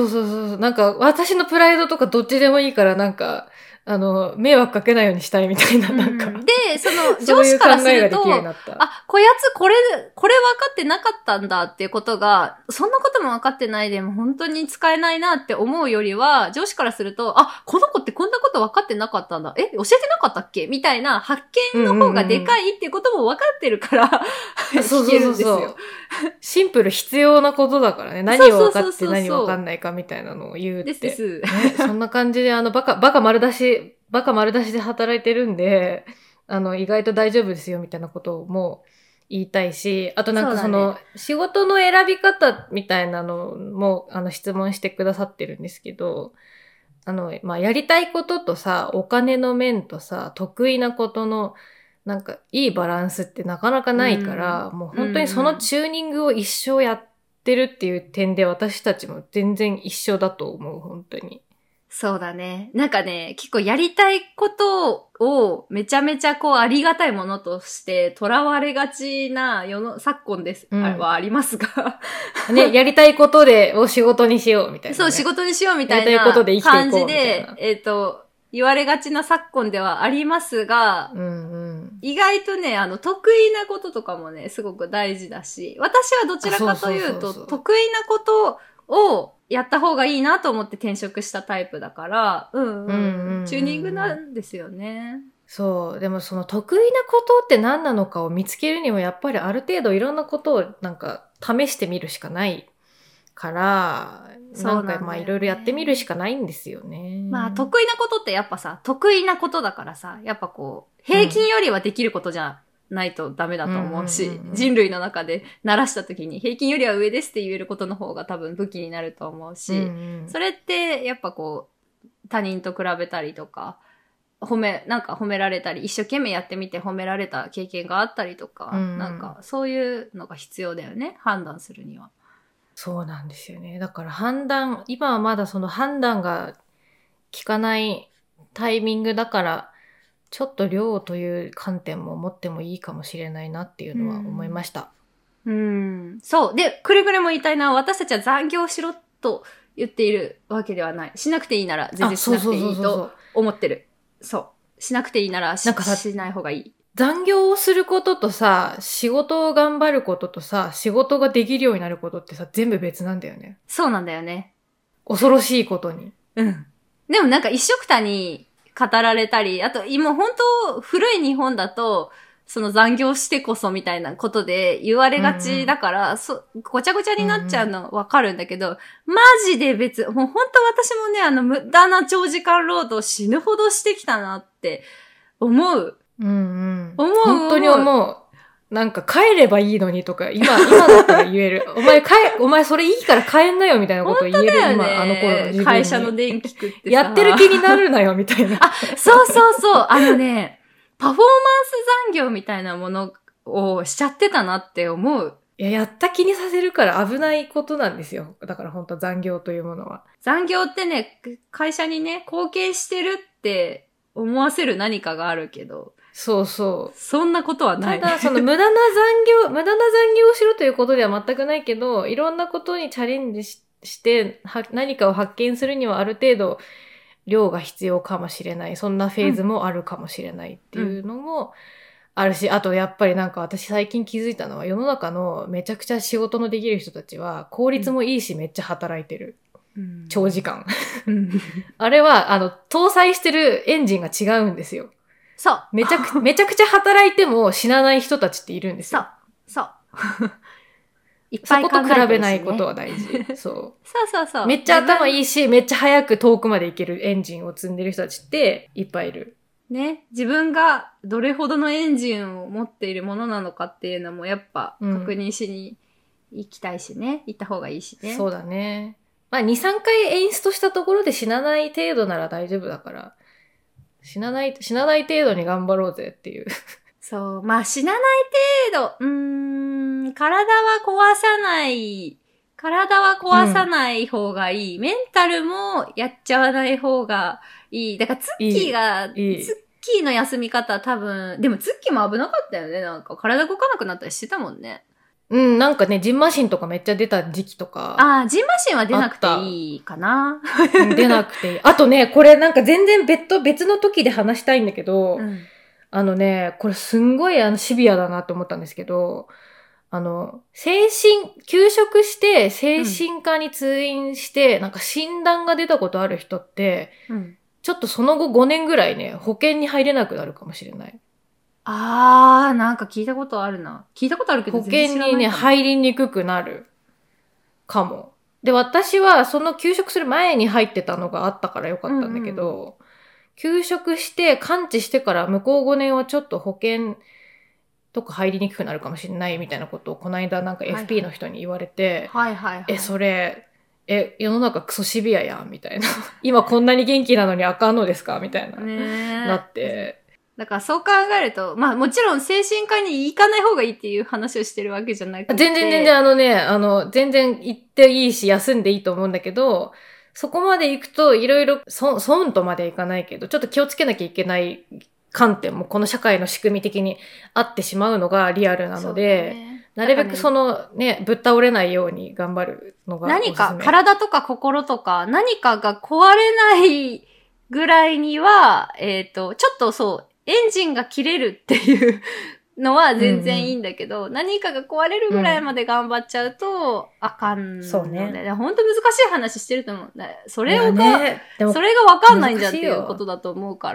なんか私のプライドとかどっちでもいいからなんか、迷惑かけないようにしたいみたいな、なんか。 で、上司からすると、こやつこれ分かってなかったんだっていうことが、そんなことも分かってないでも本当に使えないなって思うよりは、上司からすると、この子ってこんなこと分かってなかったんだ。教えてなかったっけみたいな発見の方がでかいっていうことも分かってるから、聞けるんですよ。 シンプル必要なことだからね。何を分かって何分かんないかみたいなのを言うって。です。そんな感じで、バカ丸出しで働いてるんで、意外と大丈夫ですよみたいなことをも言いたいし、あとなんか仕事の選び方みたいなのも、質問してくださってるんですけど、やりたいこととさ、お金の面とさ、得意なことの、なんかいいバランスってなかなかないから、もう本当にそのチューニングを一生やってるっていう点で私たちも全然一緒だと思う、本当に。 そうだね。なんかね、結構やりたいことをめちゃめちゃありがたいものとして囚われがちな昨今です、はありますが。 ね、やりたいことを仕事にしようみたいな、ね。 そう、仕事にしようみたいな感じで、言われがちな昨今ではありますが、意外とね、得意なこととかもね、すごく大事だし、私はどちらかというと、得意なことをやった方がいいなと思って転職したタイプだから、チューニングなんですよね。 そう。でもその得意なことって何なのかを見つけるにはやっぱりある程度いろんなことをなんか試してみるしかないから、なんかいろいろやってみるしかないんですよね。 得意なことってやっぱさ、得意なことだからさ、やっぱ平均よりはできることじゃないとダメだと思うし、 うんうんうんうん人類の中で鳴らした時に平均よりは上ですって言えることの方が多分武器になると思うし、 うんうんそれってやっぱこう他人と比べたりとか、なんか褒められたり、一生懸命やってみて褒められた経験があったりとか、 うんうんなんかそういうのが必要だよね、判断するには。 そうなんですよね。だから今はまだその判断が効かないタイミングだから、ちょっと量という観点も持ってもいいかもしれないなっていうのは思いました。 そう。で、くれぐれも言いたいのは、私たちは残業しろと言っているわけではない。しなくていいなら全然しなくていいと思ってる。そう。しなくていいならしない方がいい。 残業をすることとさ、仕事を頑張ることとさ、仕事ができるようになることってさ、全部別なんだよね。 そうなんだよね。 恐ろしいことに。 うん。でもなんか一緒くたに語られたり、あと今本当古い日本だと、その残業してこそみたいなことで言われがちだから、ごちゃごちゃになっちゃうのわかるんだけど、マジでもう本当私もね、無駄な長時間労働死ぬほどしてきたなって思う。 本当に思う。なんか帰ればいいのにとか、今だったら言える。お前それいいから帰んなよみたいなこと言える。今、あの頃の自分に。 会社の電気食ってさ。 やってる気になるなよみたいな。 そう。パフォーマンス残業みたいなものをしちゃってたなって思う。 やった気にさせるから危ないことなんですよ。だから本当残業というものは。 残業ってね、会社にね、貢献してるって思わせる何かがあるけど。 そんなことはない。 ただ、その無駄な残業をしろということでは全くないけど、いろんなことにチャレンジして何かを発見するにはある程度量が必要かもしれない。そんなフェーズもあるかもしれないっていうのもあるし、あとやっぱりなんか私最近気づいたのは、世の中のめちゃくちゃ仕事のできる人たちは効率もいいしめっちゃ働いてる。長時間。あれは、搭載してるエンジンが違うんですよ。 そう。 めちゃくちゃ働いても死なない人たちっているんですよ。 そう。いっぱい考えてるし、ね、そこと比べないことは大事。そう。めっちゃ頭いいし、めっちゃ早く遠くまで行けるエンジンを積んでる人たちっていっぱいいる。 ね。自分がどれほどのエンジンを持っているものなのかっていうのもやっぱ確認しに行きたいしね。行った方がいいしね。 そうだね。まあ2、3回演出したところで死なない程度なら大丈夫だから。死なない程度に頑張ろうぜっていう。 そう。まあ、死なない程度。体は壊さない方がいい。メンタルもやっちゃわない方がいい。だからツッキーの休み方多分、でもツッキーも危なかったよね。なんか体動かなくなったりしてたもんね。 なんかね、ジンマシンとかめっちゃ出た時期とか。 ジンマシンは出なくていいかな。 出なくていい。あとね、これなんか全然別の時で話したいんだけど、これすんごいシビアだなと思ったんですけど、休職して精神科に通院して、なんか診断が出たことある人って、ちょっとその後5年ぐらいね、保険に入れなくなるかもしれない。 なんか聞いたことあるな。聞いたことあるけど保険にね、入りにくくなるかも。で、私はその休職する前に入ってたのがあったからよかったんだけど、休職して完治してから向こう5年はちょっと保険とか入りにくくなるかもしれないみたいなことをこの間なんか FP の人に言われて、それ、世の中クソシビアやんみたいな。今こんなに元気なのにあかんのですかみたいな。なって。 だからそう考えると、まあもちろん精神科に行かない方がいいっていう話をしてるわけじゃなくて。 全然全然行っていいし休んでいいと思うんだけど、そこまで行くといろいろ損とまでいかないけど、ちょっと気をつけなきゃいけない観点もこの社会の仕組み的にあってしまうのがリアルなので、なるべくぶっ倒れないように頑張るのがおすすめ。 何か体とか心とか何かが壊れないぐらいには、ちょっとエンジンが切れるっていうのは全然いいんだけど、何かが壊れるぐらいまで頑張っちゃうとあかんので、そうね。本当難しい話してると思う。それがわかんないんじゃんっていうことだと思うから、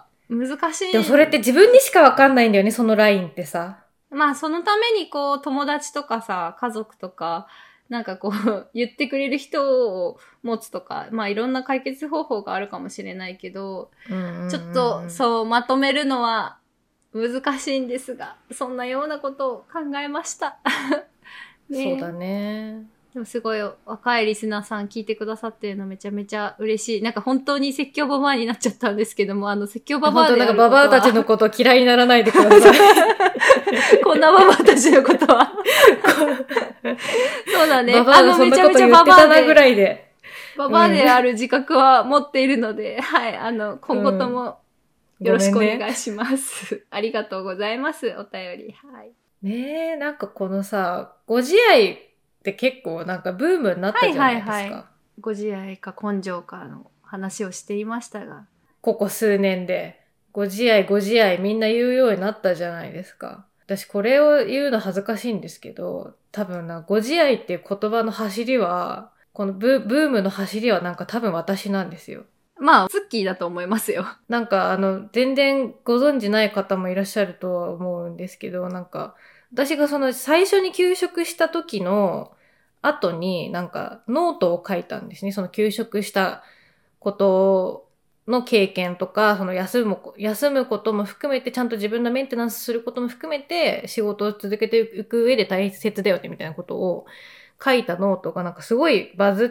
難しい。 でもそれって自分にしかわかんないんだよね、そのラインってさ。 まあそのために友達とかさ、家族とか、なんか言ってくれる人を持つとか、まあいろんな解決方法があるかもしれないけど、ちょっとまとめるのは難しいんですが、そんなようなことを考えました。 そうだね。 でもすごい若いリスナーさん聞いてくださってるのめちゃめちゃ嬉しい。なんか本当に説教ババアになっちゃったんですけども、説教ババアであることは。 本当なんかババアたちのことを嫌いにならないでください。 こんなババアたちのことは。そうだね。 ババアがそんなこと言ってたなぐらいで。 ババアである自覚は持っているので、はい、今後ともよろしくお願いします。ありがとうございます、お便り。はい。 ねえ、なんかこのさ、ご自愛って結構なんかブームになったじゃないですか。はいはいはい。 ご自愛か根性かの話をしていましたが。 ここ数年で、ご自愛みんな言うようになったじゃないですか。私これを言うの恥ずかしいんですけど、多分ご自愛っていう言葉の走りは、このブームの走りはなんか多分私なんですよ。 まあ、ツッキーだと思いますよ。 なんか全然ご存知ない方もいらっしゃるとは思うんですけど、なんか、私がその最初に休職した時の後になんかノートを書いたんですね。その休職したことの経験とか、その休むことも含めて、ちゃんと自分のメンテナンスすることも含めて、仕事を続けていく上で大切だよねみたいなことを書いたノートがなんかすごいバズって、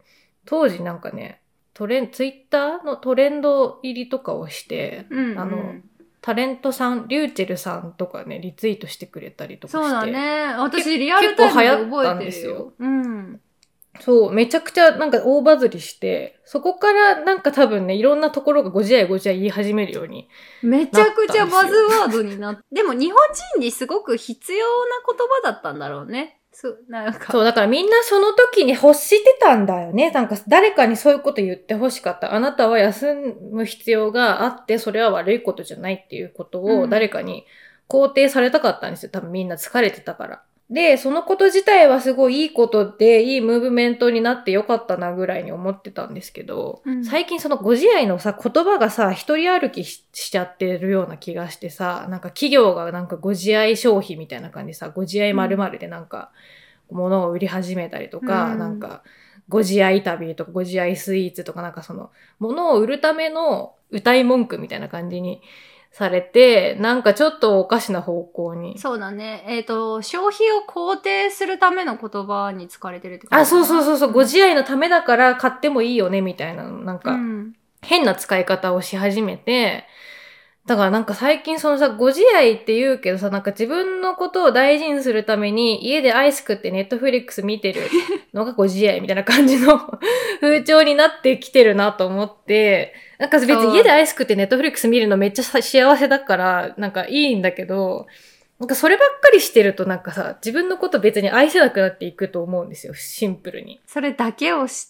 当時なんかね、ツイッターのトレンド入りとかをして、タレントさん、リューチェルさんとかね、リツイートしてくれたりとかして。 そうだね。私リアルタイムで覚えてるよ。 うん。そう、めちゃくちゃなんか大バズりして、そこからなんか多分ね、いろんなところがご自愛言い始めるように。 めちゃくちゃバズワードになって。でも日本人にすごく必要な言葉だったんだろうね。そう、だからみんなその時に欲してたんだよね。なんか誰かにそういうこと言って欲しかった。あなたは休む必要があって、それは悪いことじゃないっていうことを誰かに肯定されたかったんですよ。多分みんな疲れてたから。で、そのこと自体はすごいいいことで、いいムーブメントになってよかったなぐらいに思ってたんですけど、最近そのご自愛のさ、言葉がさ、一人歩き しちゃってるような気がしてさ、なんか企業がなんかご自愛消費みたいな感じでさ、ご自愛〇〇でなんか、物を売り始めたりとか、なんか、ご自愛旅とかご自愛スイーツとかなんかその、物を売るための歌い文句みたいな感じにされて、なんかちょっとおかしな方向に。 そうだね。消費を肯定するための言葉に使われてるってこと。 そう、ご自愛のためだから買ってもいいよねみたいな、なんか、変な使い方をし始めて、だからなんか最近そのさ、ご自愛って言うけどさ、なんか自分のことを大事にするために家でアイス食ってネットフリックス見てるのがご自愛みたいな感じの風潮になってきてるなと思って、なんか別に家でアイス食ってネットフリックス見るのめっちゃ幸せだから、なんかいいんだけど、なんかそればっかりしてるとなんかさ、自分のこと別に愛せなくなっていくと思うんですよ、シンプルに。 それだけをして。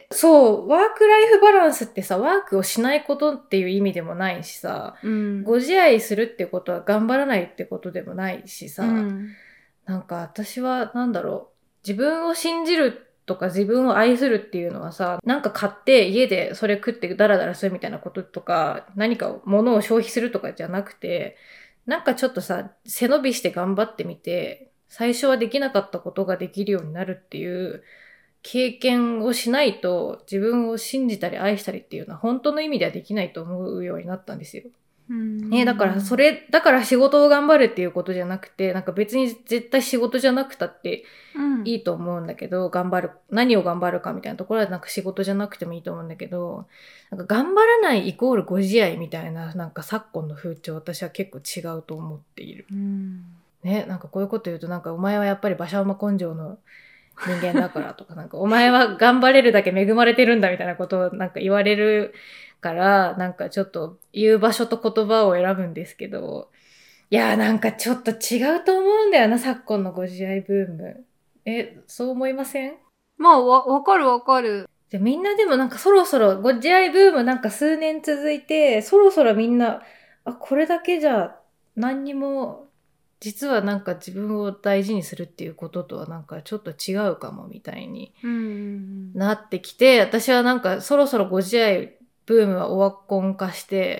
そう、ワークライフバランスってさ、ワークをしないことっていう意味でもないしさ、ご自愛するってことは頑張らないってことでもないしさ、なんか私はなんだろう、自分を信じるとか自分を愛するっていうのはさ、なんか買って家でそれ食ってダラダラするみたいなこととか、何か物を消費するとかじゃなくて、なんかちょっとさ、背伸びして頑張ってみて、最初はできなかったことができるようになるっていう経験をしないと自分を信じたり愛したりっていうのは本当の意味ではできないと思うようになったんですよ。だから仕事を頑張るっていうことじゃなくて、なんか別に絶対仕事じゃなくたっていいと思うんだけど、何を頑張るかみたいなところはなんか仕事じゃなくてもいいと思うんだけど、なんか頑張らないイコールご自愛みたいな、なんか昨今の風潮私は結構違うと思っている。ね、なんかこういうこと言うとなんかお前はやっぱり馬車馬根性の人間だからとか、なんかお前は頑張れるだけ恵まれてるんだみたいなことをなんか言われるから、なんかちょっと言う場所と言葉を選ぶんですけど、いやーなんかちょっと違うと思うんだよな、昨今のご自愛ブーム。そう思いません？ まあ、わかる。 じゃみんなでもなんかそろそろご自愛ブームなんか数年続いて、そろそろみんな、これだけじゃ何にも、実はなんか自分を大事にするっていうこととはなんかちょっと違うかもみたいになってきて、私はなんかそろそろご自愛ブームはオワコン化して、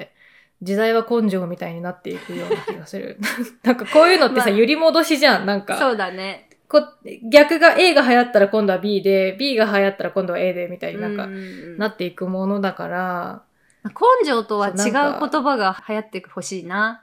時代は根性みたいになっていくような気がする。なんかこういうのってさ、揺り戻しじゃん、なんか。 そうだね。 逆が A が流行ったら今度は B で、B が流行ったら今度は A でみたいになんかなっていくものだから。 根性とは違う言葉が流行ってほしいな。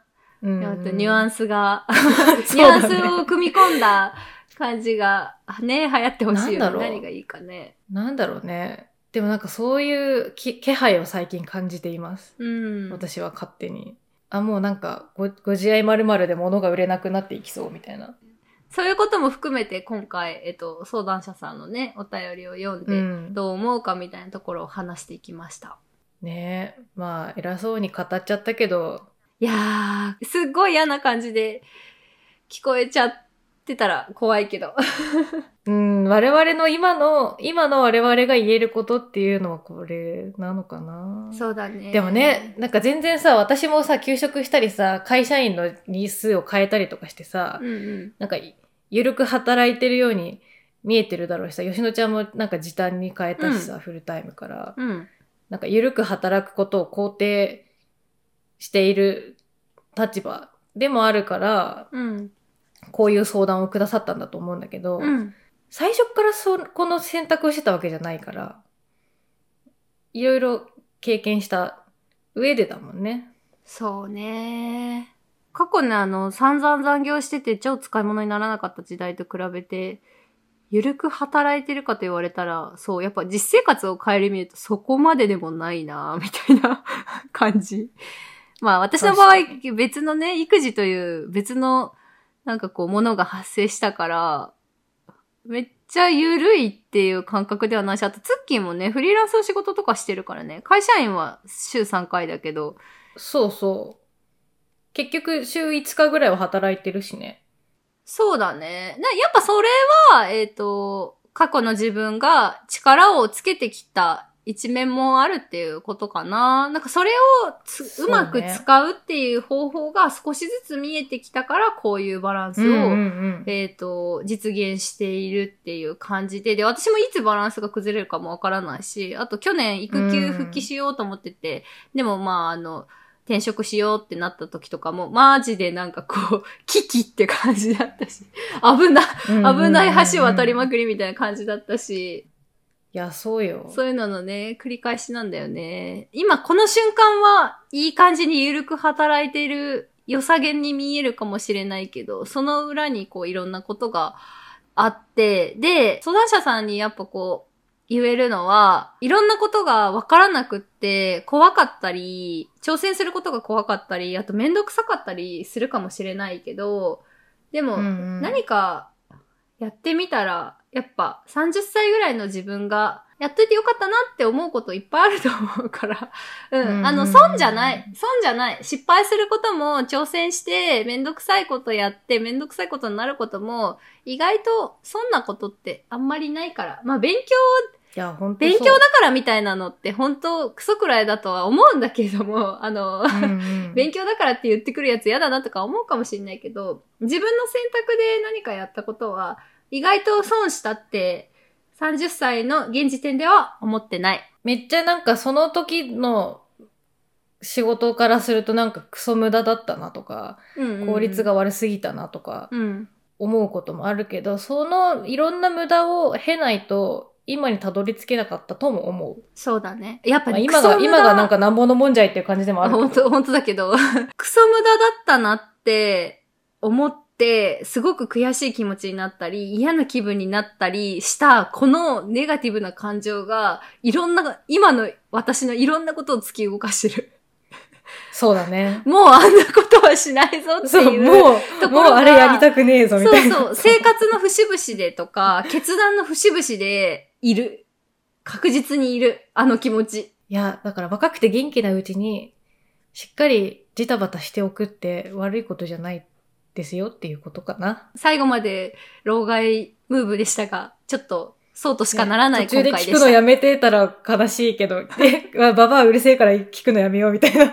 ニュアンスが、 そうだねニュアンスを組み込んだ感じが、ね、流行ってほしいよね。 なんだろう何がいいかね。 なんだろうね。でもなんかそういう気配を最近感じています。 うん。 私は勝手に。もうなんかご自愛〇〇で物が売れなくなっていきそうみたいな。 そういうことも含めて今回、相談者さんのね、お便りを読んで、どう思うかみたいなところを話していきました。 ねえ。まあ、偉そうに語っちゃったけど。 いやー、すっごい嫌な感じで聞こえちゃってたら怖いけど。 我々の今の我々が言えることっていうのはこれなのかな。 そうだね。 でもね、なんか全然さ、私もさ、休職したりさ、会社員の日数を変えたりとかしてさ、なんか、ゆるく働いてるように見えてるだろうしさ、吉野ちゃんもなんか時短に変えたしさ、フルタイムから。なんか、ゆるく働くことを肯定している立場でもあるから、こういう相談をくださったんだと思うんだけど、最初からこの選択をしてたわけじゃないから、いろいろ経験した上でだもんね。 そうね。過去ね、散々残業してて超使い物にならなかった時代と比べて、ゆるく働いてるかと言われたら、そう、やっぱ実生活を顧みるとそこまででもないなみたいな感じ。まあ私の場合、別のね、育児という別のなんかこうものが発生したから、めっちゃゆるいっていう感覚ではないし、あとツッキーもね、フリーランスの仕事とかしてるからね、会社員は週3回だけど。 そうそう。結局週5日ぐらいは働いてるしね。 そうだね。やっぱそれは、過去の自分が力をつけてきた一面もあるっていうことかな。なんかそれをうまく使うっていう方法が少しずつ見えてきたから、こういうバランスを、実現しているっていう感じで、で、私もいつバランスが崩れるかもわからないし、あと去年育休復帰しようと思ってて、でもまあ転職しようってなった時とかも、マジでなんかこう、危機って感じだったし、危ない橋渡りまくりみたいな感じだったし、 いや、そうよ。 そういうののね、繰り返しなんだよね。今この瞬間はいい感じにゆるく働いている良さげに見えるかもしれないけど、その裏にこういろんなことがあって、で、相談者さんにやっぱこう、言えるのは、いろんなことがわからなくって、怖かったり、挑戦することが怖かったり、あとめんどくさかったりするかもしれないけど、でも、何かやってみたら、やっぱ30歳ぐらいの自分がやっといてよかったなって思うこといっぱいあると思うから、損じゃない。失敗することも挑戦して、めんどくさいことやって、めんどくさいことになることも、意外と損なことってあんまりないから。まあ勉強だからみたいなのって本当クソくらいだとは思うんだけれども、勉強だからって言ってくるやつ嫌だなとか思うかもしれないけど、自分の選択で何かやったことは、意外と損したって30歳の現時点では思ってない。 めっちゃなんかその時の仕事からするとなんかクソ無駄だったなとか、効率が悪すぎたなとか思うこともあるけど、そのいろんな無駄を経ないと今にたどり着けなかったとも思う。 そうだね。やっぱり、 今がなんかなんぼのもんじゃいっていう感じでもあるけど。 本当だけど、クソ無駄だったなって思って、すごく悔しい気持ちになったり、嫌な気分になったりした、このネガティブな感情が、今の私のいろんなことを突き動かしてる。 そうだね。 もうあんなことはしないぞっていう。もうあれやりたくねえぞみたいな。 そう。生活の節々でとか、決断の節々でいる。確実にいる。あの気持ち。 いや、だから若くて元気なうちに、しっかりジタバタしておくって悪いことじゃないですよっていうことかな。 最後まで老害ムーブでしたが、ちょっとそうとしかならない今回でした。 途中で聞くのやめてたら悲しいけど、ババアうるせえから聞くのやめようみたいな。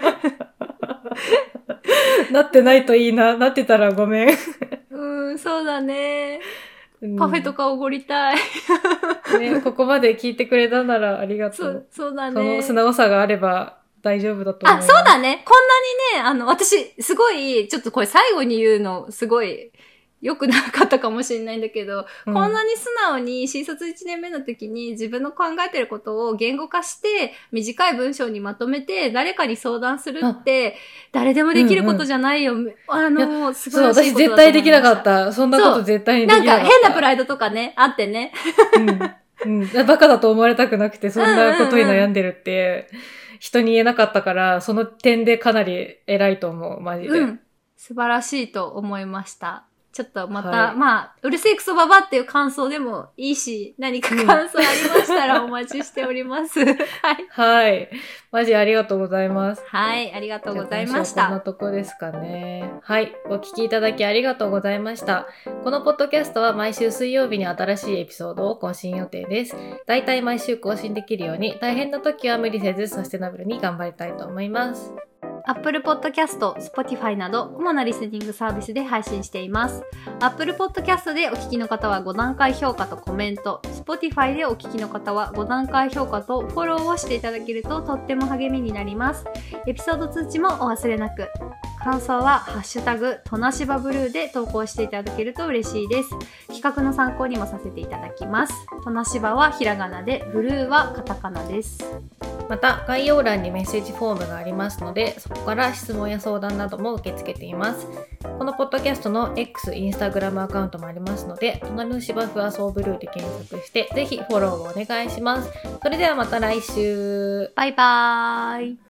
なってないといいな。なってたらごめん。 そうだね。パフェとかおごりたい。 ね、ここまで聞いてくれたならありがとう。 そうだね。 その素直さがあれば大丈夫だと思う。 そうだね。こんなにね、私、すごい、ちょっとこれ最後に言うの、すごい、 良くなかったかもしれないんだけど、 うんこんなに素直に新卒1年目の時に自分の考えてることを言語化して短い文章にまとめて誰かに相談するって誰でもできることじゃないよ。素晴らしいことだと思いました。 そう、私絶対できなかった。そんなこと絶対にできなかった。 なんか変なプライドとかね、あってね。 バカだと思われたくなくて、そんなことに悩んでるって、人に言えなかったから、その点でかなり偉いと思う、マジで。 素晴らしいと思いました。ちょっとまた、うるせえクソババっていう感想でもいいし、何か感想ありましたらお待ちしております。はい。 はい。マジありがとうございます。 はい、ありがとうございました。 こんなとこですかね。はい。お聞きいただきありがとうございました。このポッドキャストは毎週水曜日に新しいエピソードを更新予定です。だいたい毎週更新できるように、大変な時は無理せずサステナブルに頑張りたいと思います。 Apple Podcast、Spotify など主なリスニングサービスで配信しています。Apple Podcast でお聞きの方は5段階評価とコメント、Spotify でお聞きの方は5段階評価とフォローをしていただけるととっても励みになります。エピソード通知もお忘れなく。感想はハッシュタグとなしばブルーで投稿していただけると嬉しいです。企画の参考にもさせていただきます。となしばはひらがなで、ブルーはカタカナです。 また概要欄にメッセージフォームがありますので、そこから質問や相談なども受け付けています。このポッドキャストの X、インスタグラムアカウントもありますので、隣の芝生はそうブルーで検索して、ぜひフォローをお願いします。それではまた来週。 バイバーイ。